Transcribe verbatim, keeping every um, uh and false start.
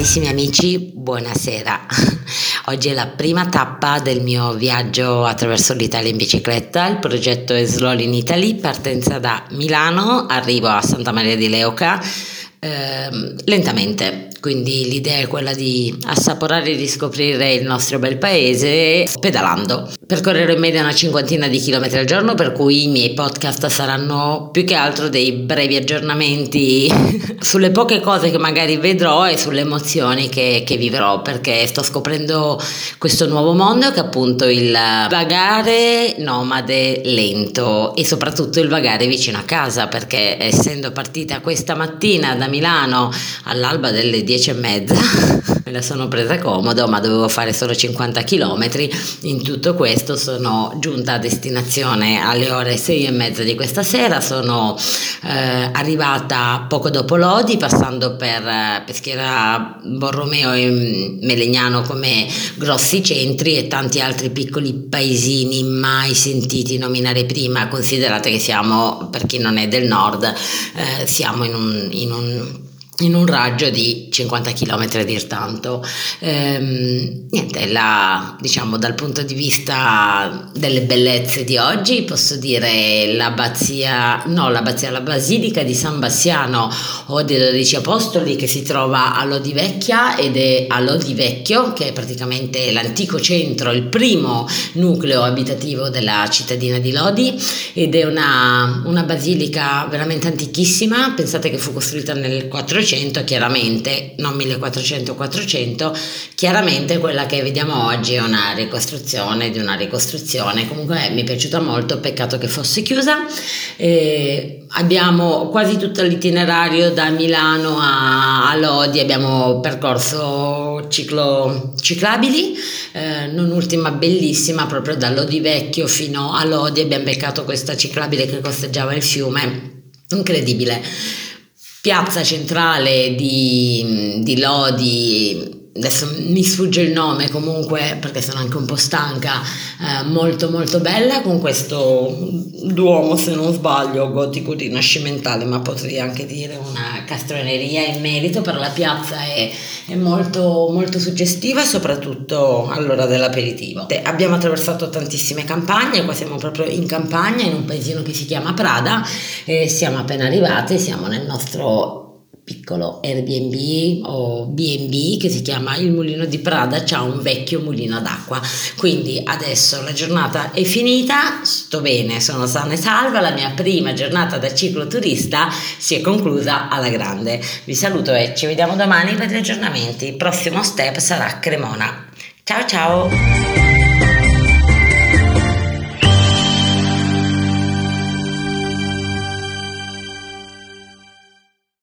Carissimi amici, buonasera. Oggi è la prima tappa del mio viaggio attraverso l'Italia in bicicletta. Il progetto è Slowly in Italy, partenza da Milano, arrivo a Santa Maria di Leuca eh, lentamente. Quindi l'idea è quella di assaporare e riscoprire il nostro bel paese pedalando. Percorrerò in media una cinquantina di chilometri al giorno, per cui i miei podcast saranno più che altro dei brevi aggiornamenti sulle poche cose che magari vedrò e sulle emozioni che, che vivrò, perché sto scoprendo questo nuovo mondo che è appunto il vagare nomade lento e soprattutto il vagare vicino a casa, perché essendo partita questa mattina da Milano all'alba delle dieci e mezza me la sono presa comodo, ma dovevo fare solo cinquanta chilometri. In tutto questo sono giunta a destinazione alle ore sei e mezza di questa sera. Sono eh, arrivata poco dopo Lodi, passando per eh, Peschiera Borromeo e Melegnano come grossi centri e tanti altri piccoli paesini mai sentiti nominare prima. Considerate che siamo, per chi non è del nord, eh, siamo in un, in un in un raggio di cinquanta chilometri a dir tanto. Ehm, niente, la, diciamo dal punto di vista delle bellezze di oggi posso dire l'abbazia, no l'abbazia, la basilica di San Bassiano o dei dodici Apostoli, che si trova a Lodi Vecchia ed è a Lodi Vecchio, che è praticamente l'antico centro, il primo nucleo abitativo della cittadina di Lodi, ed è una, una basilica veramente antichissima. Pensate che fu costruita nel quattrocento, chiaramente non millequattrocento quattrocento, chiaramente quella che vediamo oggi è una ricostruzione di una ricostruzione. Comunque mi è piaciuta molto, peccato che fosse chiusa. Eh, abbiamo quasi tutto l'itinerario da Milano a, a Lodi, abbiamo percorso ciclo ciclabili, eh, non ultima bellissima, proprio da Lodi Vecchio fino a Lodi abbiamo beccato questa ciclabile che costeggiava il fiume, incredibile. Piazza centrale di, di Lodi, adesso mi sfugge il nome comunque perché sono anche un po' stanca, eh, molto molto bella, con questo duomo, se non sbaglio, gotico rinascimentale, ma potrei anche dire una castroneria in merito. Per la piazza è, è molto molto suggestiva, soprattutto all'ora dell'aperitivo. Abbiamo attraversato tantissime campagne, qua siamo proprio in campagna, in un paesino che si chiama Prada, e siamo appena arrivati, siamo nel nostro piccolo Airbnb o B and B che si chiama Il Mulino di Prada. C'ha un vecchio mulino d'acqua, quindi adesso la giornata è finita, sto bene, sono sana e salva, la mia prima giornata da cicloturista si è conclusa alla grande. Vi saluto e ci vediamo domani per gli aggiornamenti. Il prossimo step sarà Cremona. Ciao ciao!